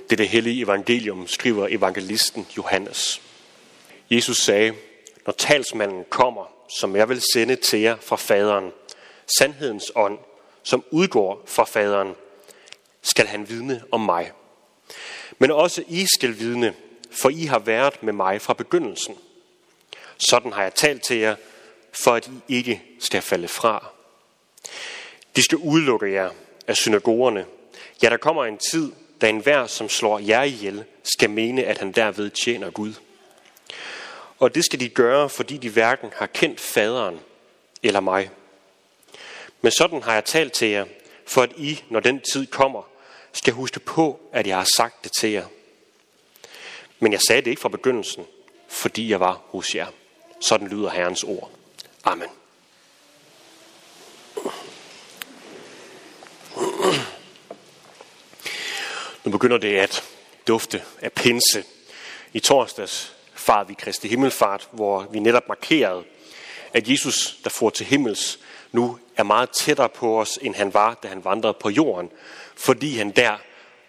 det hellige evangelium, skriver evangelisten Johannes. Jesus sagde, når talsmanden kommer, som jeg vil sende til jer fra faderen, sandhedens ånd, som udgår fra faderen, skal han vidne om mig. Men også I skal vidne, for I har været med mig fra begyndelsen. Sådan har jeg talt til jer, for at I ikke skal falde fra. De skal udelukke jer af synagogerne. Ja, der kommer en tid, da enhver, som slår jer ihjel, skal mene, at han derved tjener Gud. Og det skal de gøre, fordi de hverken har kendt faderen eller mig. Men sådan har jeg talt til jer, for at I, når den tid kommer, skal huske på, at jeg har sagt det til jer. Men jeg sagde det ikke fra begyndelsen, fordi jeg var hos jer. Sådan lyder Herrens ord. Amen. Nu begynder det at dufte af pinse. I torsdags fejrede vi Kristi Himmelfart, hvor vi netop markerede, at Jesus, der for til himmels, nu er meget tættere på os, end han var, da han vandrede på jorden, fordi han der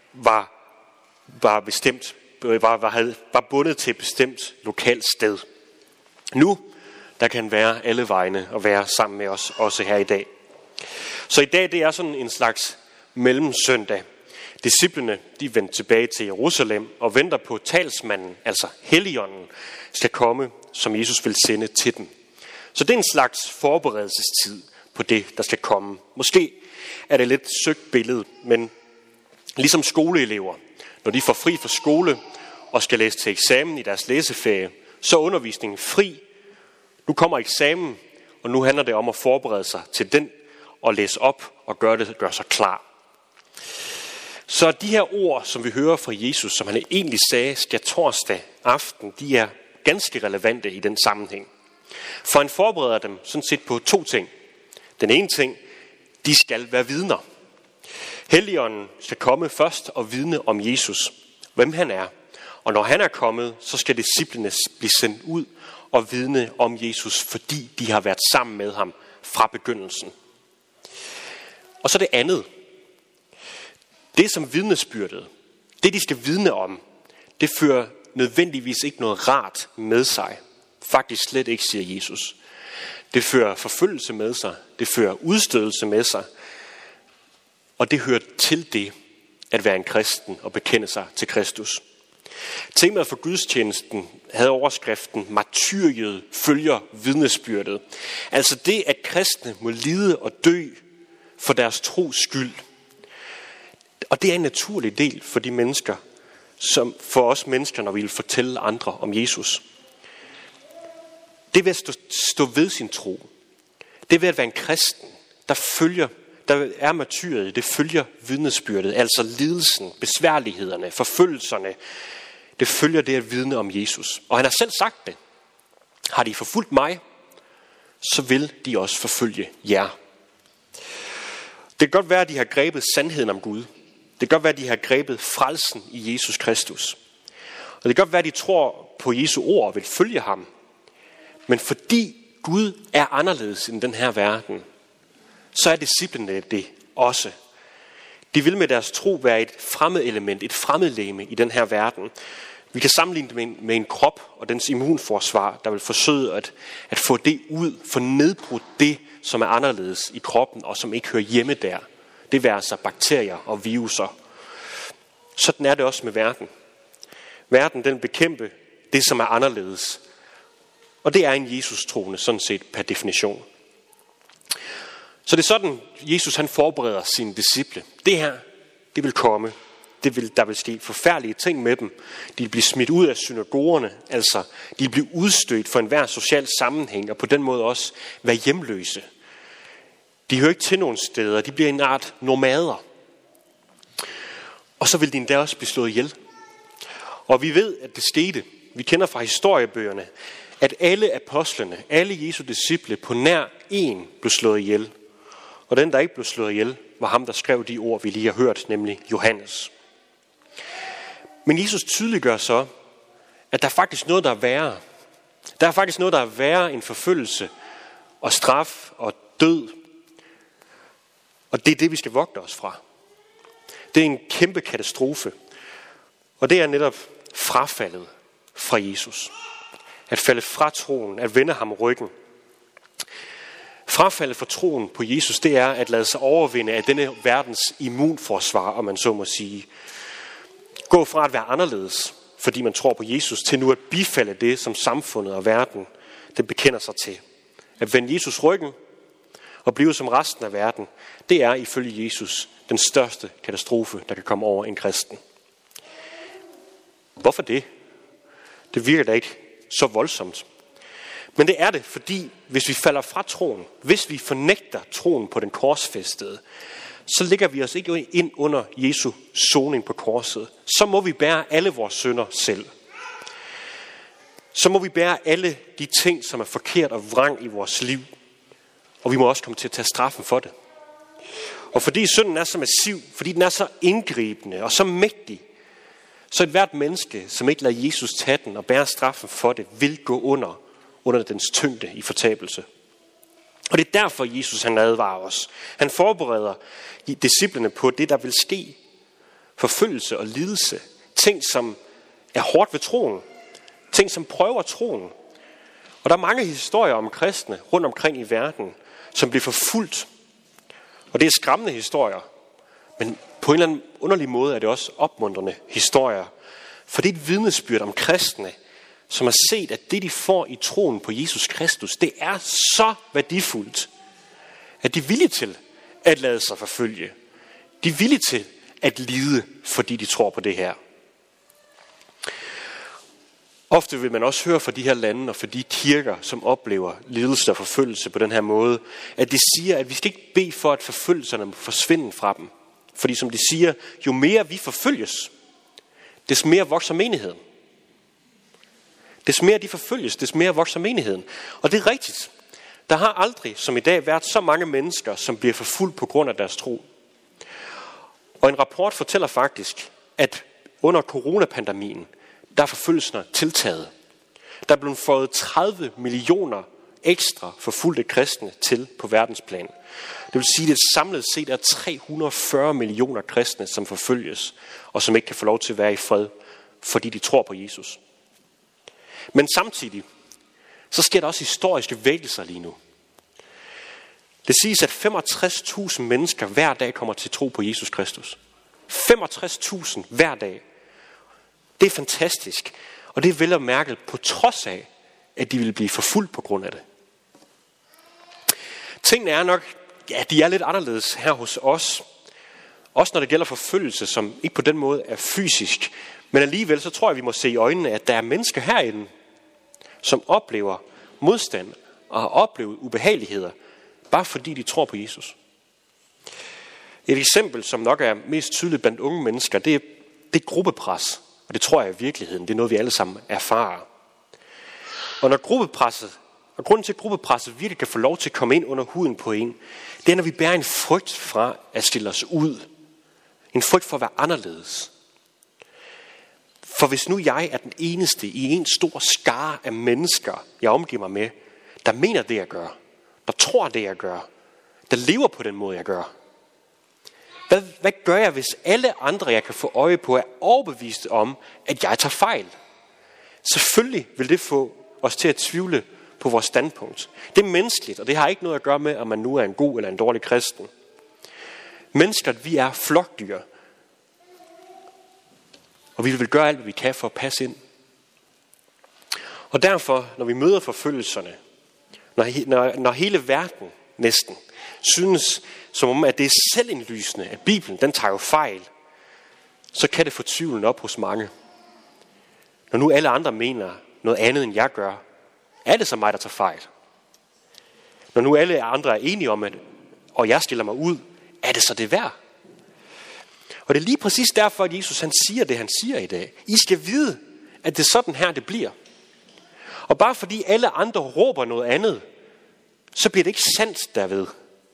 var bundet til et bestemt lokalt sted. Nu, der kan han være alle vegne og være sammen med os, også her i dag. Så i dag, det er sådan en slags mellemsøndag. Disciplene, de vendte tilbage til Jerusalem og venter på talsmanden, altså Helligånden, skal komme, som Jesus vil sende til dem. Så det er en slags forberedelsestid på det, der skal komme. Måske er det et lidt søgt billede, men ligesom skoleelever, når de får fri fra skole og skal læse til eksamen i deres læseferie, så er undervisningen fri. Nu kommer eksamen, og nu handler det om at forberede sig til den og læse op og gøre sig klar. Så de her ord, som vi hører fra Jesus, som han egentlig sagde, skal torsdag aften, de er ganske relevante i den sammenhæng. For han forbereder dem sådan set på to ting. Den ene ting, de skal være vidner. Helligånden skal komme først og vidne om Jesus, hvem han er. Og når han er kommet, så skal disciplene blive sendt ud og vidne om Jesus, fordi de har været sammen med ham fra begyndelsen. Og så det andet. Det som vidnesbyrdet, det de skal vidne om, det fører nødvendigvis ikke noget rart med sig. Faktisk slet ikke, siger Jesus. Det fører forfølgelse med sig, det fører udstødelse med sig, og det hører til det at være en kristen og bekende sig til Kristus. Temaet for gudstjenesten havde overskriften martyriet følger vidnesbyrdet. Altså det, at kristne må lide og dø for deres tros skyld. Og det er en naturlig del for de mennesker, som for os mennesker, når vi vil fortælle andre om Jesus. Det ved at stå ved sin tro. Det ved at være en kristen, der er martyriet, det følger vidnesbyrdet, altså lidelsen, besværlighederne, forfølgelserne. Det følger det at vidne om Jesus. Og han har selv sagt det. Har de forfulgt mig, så vil de også forfølge jer. Det kan godt være, at de har grebet sandheden om Gud. Det kan godt være, at de har grebet frelsen i Jesus Kristus. Og det kan godt være, at de tror på Jesu ord og vil følge ham. Men fordi Gud er anderledes end den her verden, så er disciplene det også. De vil med deres tro være et fremmed element, et fremmedlegeme i den her verden. Vi kan sammenligne det med en krop og dens immunforsvar, der vil forsøge at få det ud, få nedbrudt det, som er anderledes i kroppen og som ikke hører hjemme der. Det vil altså bakterier og viruser. Sådan er det også med verden. Verden, den bekæmper det, som er anderledes. Og det er en Jesus-troende, sådan set per definition. Så det er sådan, Jesus han forbereder sine disciple. Det her, det vil komme. Der vil ske forfærdelige ting med dem. De vil blive smidt ud af synagogerne, altså de vil blive udstødt for enhver social sammenhæng, og på den måde også være hjemløse. De hører ikke til nogen steder, de bliver en art nomader. Og så vil de endda også blive slået ihjel. Og vi ved, at det skete. Vi kender fra historiebøgerne, at alle apostlene, alle Jesu disciple på nær en blev slået ihjel. Og den, der ikke blev slået ihjel, var ham, der skrev de ord, vi lige har hørt, nemlig Johannes. Men Jesus tydeliggør så, at der er faktisk noget, der er værre. Der er faktisk noget, der er værre end forfølgelse og straf og død. Og det er det, vi skal vogte os fra. Det er en kæmpe katastrofe. Og det er netop frafaldet fra Jesus. At falde fra troen, at vende ham ryggen. Frafaldet fra troen på Jesus, det er at lade sig overvinde af denne verdens immunforsvar, om man så må sige. Gå fra at være anderledes, fordi man tror på Jesus, til nu at bifalde det, som samfundet og verden, det bekender sig til. At vende Jesus ryggen og blive som resten af verden, det er ifølge Jesus den største katastrofe, der kan komme over en kristen. Hvorfor det? Det virker da ikke så voldsomt. Men det er det, fordi hvis vi falder fra troen, hvis vi fornægter troen på den korsfæstede, så lægger vi os ikke ind under Jesu soning på korset. Så må vi bære alle vores synder selv. Så må vi bære alle de ting, som er forkert og vrang i vores liv. Og vi må også komme til at tage straffen for det. Og fordi synden er så massiv, fordi den er så indgribende og så mægtig, så et hvert menneske, som ikke lader Jesus tage den og bære straffen for det, vil gå under dens tyngde i fortabelse. Og det er derfor, Jesus han advarer os. Han forbereder disciplene på det, der vil ske. Forfølgelse og lidelse. Ting, som er hårdt ved troen. Ting, som prøver troen. Og der er mange historier om kristne rundt omkring i verden, som bliver forfulgt. Og det er skræmmende historier. Men på en eller anden underlig måde er det også opmuntrende historier. For det er et vidnesbyrd om kristne, som har set, at det de får i troen på Jesus Kristus, det er så værdifuldt, at de er villige til at lade sig forfølge. De er villige til at lide, fordi de tror på det her. Ofte vil man også høre fra de her lande og fra de kirker, som oplever lidelse og forfølgelse på den her måde, at de siger, at vi skal ikke bede for, at forfølgelserne må forsvinde fra dem. Fordi som de siger, jo mere vi forfølges, des mere vokser menigheden. Des mere de forfølges, des mere vokser menigheden. Og det er rigtigt. Der har aldrig, som i dag, været så mange mennesker, som bliver forfulgt på grund af deres tro. Og en rapport fortæller faktisk, at under coronapandemien, der er forfølgelserne tiltaget. Der er blevet fået 30 millioner ekstra forfulgte kristne til på verdensplan. Det vil sige, at samlet set er 340 millioner kristne, som forfølges, og som ikke kan få lov til at være i fred, fordi de tror på Jesus. Men samtidig, så sker der også historiske vækkelser lige nu. Det siges, at 65.000 mennesker hver dag kommer til tro på Jesus Kristus. 65.000 hver dag. Det er fantastisk. Og det er vel at mærke på trods af, at de vil blive forfulgt på grund af det. Tingene er nok, ja, de er lidt anderledes her hos os. Også når det gælder forfølgelse, som ikke på den måde er fysisk. Men alligevel så tror jeg, vi må se i øjnene, at der er mennesker herinde, som oplever modstand og har oplevet ubehageligheder, bare fordi de tror på Jesus. Et eksempel, som nok er mest tydeligt blandt unge mennesker, det er gruppepres. Og det tror jeg i virkeligheden, det er noget, vi alle sammen erfarer. Og når gruppepresset, og grunden til, at gruppepresset virkelig kan få lov til at komme ind under huden på en, det er, når vi bærer en frygt fra at stille os ud. En frygt for at være anderledes. For hvis nu jeg er den eneste i en stor skare af mennesker, jeg omgiver mig med, der mener det, jeg gør, der tror det, jeg gør, der lever på den måde, jeg gør. Hvad gør jeg, hvis alle andre, jeg kan få øje på, er overbevist om, at jeg tager fejl? Selvfølgelig vil det få os til at tvivle på vores standpunkt. Det er menneskeligt, og det har ikke noget at gøre med, om man nu er en god eller en dårlig kristen. Mennesker, vi er flokdyr. Og vi vil gøre alt, hvad vi kan for at passe ind. Og derfor, når vi møder forfølgelserne, når hele verden næsten synes som om, at det er selvindlysende, at Bibelen, den tager jo fejl, så kan det få tvivlen op hos mange. Når nu alle andre mener noget andet, end jeg gør, er det så mig, der tager fejl? Når nu alle andre er enige om, og jeg stiller mig ud, er det så det værd? Og det er lige præcis derfor, at Jesus han siger det, han siger i dag. I skal vide, at det er sådan her, det bliver. Og bare fordi alle andre råber noget andet, så bliver det ikke sandt derved.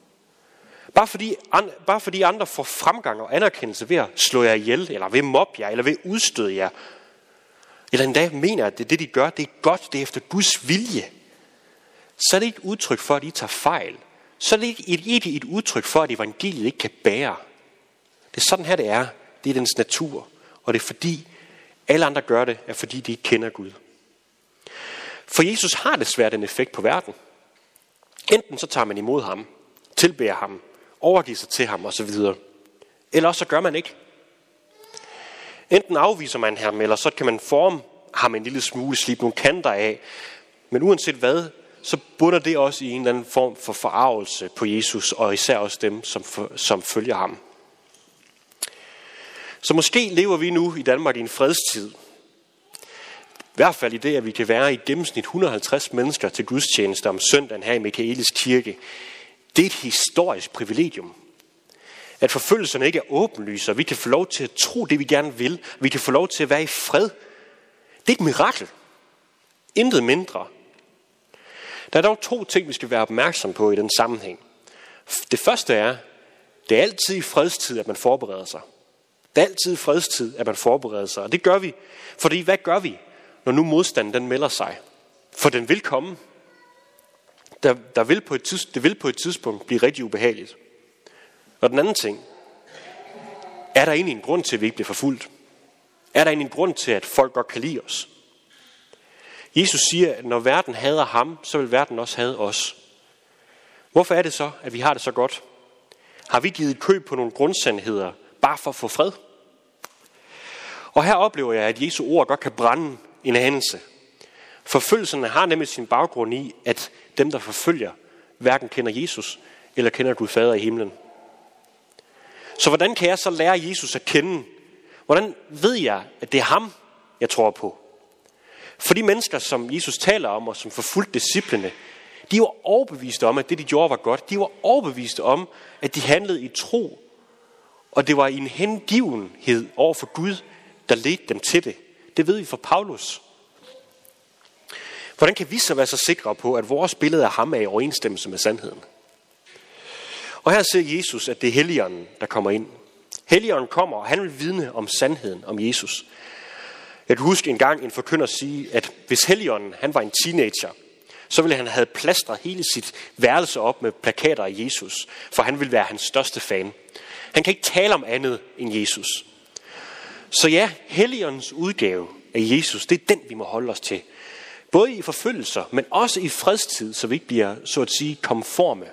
Bare fordi andre får fremgang og anerkendelse ved at slå jer ihjel, eller ved at mobbe jer, eller ved at udstøde jer, eller endda mener, at det de gør, det er godt, det er efter Guds vilje, så er det ikke et udtryk for, at I tager fejl. Så er det ikke et udtryk for, at evangeliet ikke kan bære. Det er sådan her, det er. Det er dens natur. Og det er fordi, Alle andre gør det, er fordi de ikke kender Gud. For Jesus har desværre den effekt på verden. Enten så tager man imod ham, tilbeder ham, overgiver sig til ham osv. Eller også så gør man ikke. Enten afviser man ham, eller så kan man forme ham en lille smule, slippe nogle kanter af. Men uanset hvad, så bunder det også i en eller anden form for forargelse på Jesus, og især også dem, som følger ham. Så måske lever vi nu i Danmark i en fredstid. I hvert fald i det, at vi kan være i gennemsnit 150 mennesker til gudstjeneste om søndagen her i Michaelis kirke. Det er et historisk privilegium. At forfølgelserne ikke er åbenlyse, og vi kan få lov til at tro det, vi gerne vil. Vi kan få lov til at være i fred. Det er et mirakel. Intet mindre. Der er dog 2 ting, vi skal være opmærksom på i den sammenhæng. Det første er, det er altid i fredstid, at man forbereder sig. Det er altid i fredstid, at man forbereder sig. Og det gør vi. Fordi hvad gør vi, når nu modstanden den melder sig? For den vil komme. Det vil på et tidspunkt blive rigtig ubehageligt. Og den anden ting, er der egentlig en grund til, at vi ikke bliver forfulgt? Er der egentlig en grund til, at folk godt kan lide os? Jesus siger, at når verden hader ham, så vil verden også hade os. Hvorfor er det så, at vi har det så godt? Har vi givet køb på nogle grundsandheder, bare for at få fred? Og her oplever jeg, at Jesu ord godt kan brænde en anelse. Forfølgelserne har nemlig sin baggrund i, at dem, der forfølger, hverken kender Jesus, eller kender Gud Fader i himlen. Så hvordan kan jeg så lære Jesus at kende? Hvordan ved jeg, at det er ham, jeg tror på? For de mennesker, som Jesus taler om, og som forfulgte disciplene, de var overbeviste om, at det, de gjorde, var godt. De var overbeviste om, at de handlede i tro. Og det var i en hengivenhed over for Gud, der ledte dem til det. Det ved vi fra Paulus. Hvordan kan vi så være så sikre på, at vores billede af ham er i overensstemmelse med sandheden? Og her ser Jesus, at det er Helligånden, der kommer ind. Helligånden kommer, og han vil vidne om sandheden om Jesus. Jeg kan huske en gang en forkynder sige, at hvis Helligånden han var en teenager, så ville han have plastret hele sit værelse op med plakater af Jesus, for han ville være hans største fan. Han kan ikke tale om andet end Jesus. Så ja, Helligåndens udgave af Jesus, det er den, vi må holde os til. Både i forfølgelser, men også i fredstid, så vi ikke bliver, så at sige, konforme.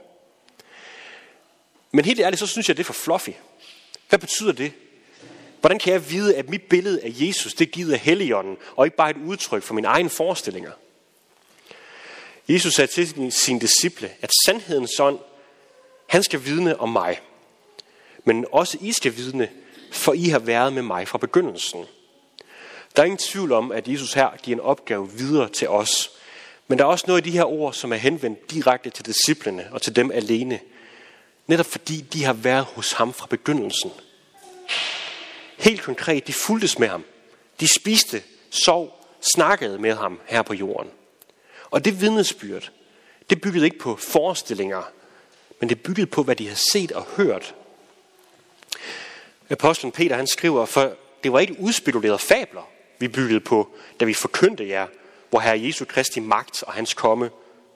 Men helt ærligt, så synes jeg, det er for fluffy. Hvad betyder det? Hvordan kan jeg vide, at mit billede af Jesus, det er givet af Helligånden, og ikke bare et udtryk for mine egne forestillinger? Jesus sagde til sine disciple, at sandhedens ånd, han skal vidne om mig. Men også I skal vidne, for I har været med mig fra begyndelsen. Der er ingen tvivl om, at Jesus her giver en opgave videre til os. Men der er også noget i de her ord, som er henvendt direkte til disciplene og til dem alene. Netop fordi de har været hos ham fra begyndelsen. Helt konkret, de fulgtes med ham. De spiste, sov, snakkede med ham her på jorden. Og det vidnesbyrd, det byggede ikke på forestillinger, men det byggede på, hvad de havde set og hørt. Apostlen Peter, han skriver, for det var ikke udspekulerede fabler, vi byggede på, da vi forkyndte jer, hvor Herre Jesu Kristi magt og hans komme.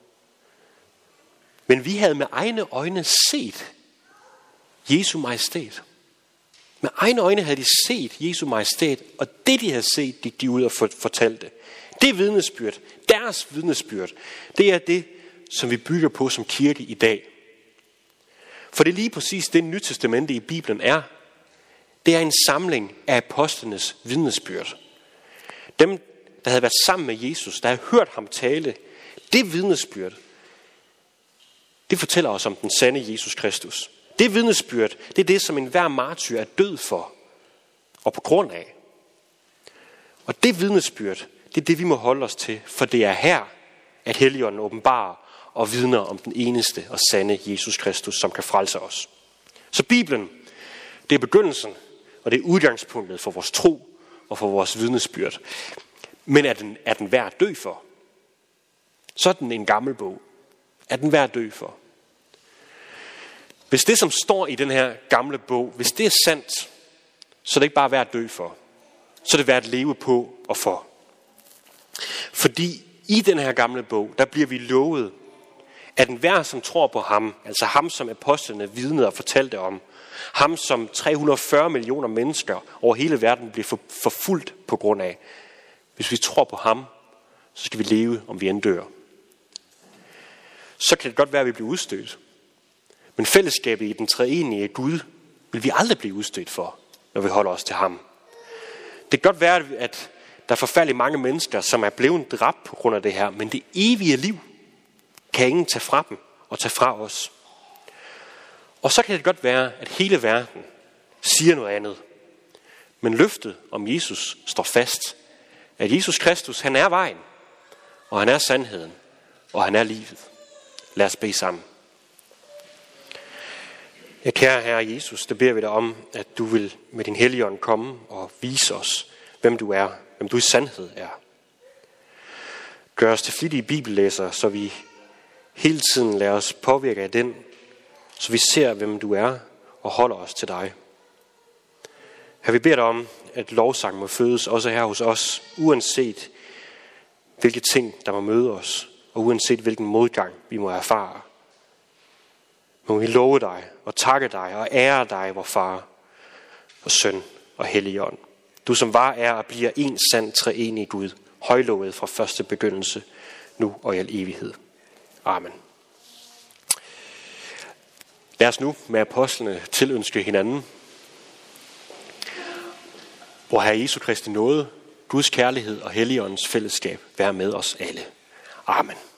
Men vi havde med egne øjne set Jesu majestæt. Med egne øjne havde de set Jesu majestæt, og det de havde set, gik de ud og fortalte. Det vidnesbyrd, deres vidnesbyrd, det er det, som vi bygger på som kirke i dag. For det er lige præcis det Nye Testamente i Bibelen er. Det er en samling af apostlenes vidnesbyrd. Dem, der havde været sammen med Jesus, der havde hørt ham tale, det vidnesbyrd, det fortæller os om den sande Jesus Kristus. Det vidnesbyrd, det er det, som enhver martyr er død for, og på grund af. Og det vidnesbyrd, det er det, vi må holde os til, for det er her, at Helligånden åbenbarer og vidner om den eneste og sande Jesus Kristus, som kan frelse os. Så Bibelen, det er begyndelsen, og det er udgangspunktet for vores tro og for vores vidnesbyrd. Men er den værd at dø for? Så er den en gammel bog. Er den værd at dø for? Hvis det, som står i den her gamle bog, hvis det er sandt, så er det ikke bare værd at dø for. Så er det værd at leve på og for. Fordi i den her gamle bog, der bliver vi lovet, at enhver, som tror på ham, altså ham, som apostlene vidnede og fortalte om, Ham, som 340 millioner mennesker over hele verden bliver forfulgt på grund af. Hvis vi tror på ham, så skal vi leve, om vi end dør. Så kan det godt være, at vi bliver udstødt. Men fællesskabet i den treenige Gud vil vi aldrig blive udstødt for, når vi holder os til ham. Det kan godt være, at der er forfærdeligt mange mennesker, som er blevet dræbt på grund af det her, men det evige liv kan ingen tage fra dem og tage fra os. Og så kan det godt være, at hele verden siger noget andet. Men løftet om Jesus står fast. At Jesus Kristus, han er vejen, og han er sandheden, og han er livet. Lad os bede sammen. Ja, kære Herre Jesus, det beder vi dig om, at du vil med din hellige ånd komme og vise os, hvem du er, hvem du i sandhed er. Gør os til flittige bibellæsere, så vi hele tiden lader os påvirke af den, så vi ser, hvem du er, og holder os til dig. Her vi beder dig om, at lovsang må fødes også her hos os, uanset hvilke ting, der må møde os, og uanset hvilken modgang vi må erfare. Må vi love dig, og takke dig, og ære dig, vor far, og søn og helligånd. Du som var, er og bliver en sand treenig Gud, højlovet fra første begyndelse, nu og i al evighed. Amen. Lad os nu med apostlene tilønske hinanden, hvor Herre Jesu Kristi nåde, Guds kærlighed og Helligåndens fællesskab være med os alle. Amen.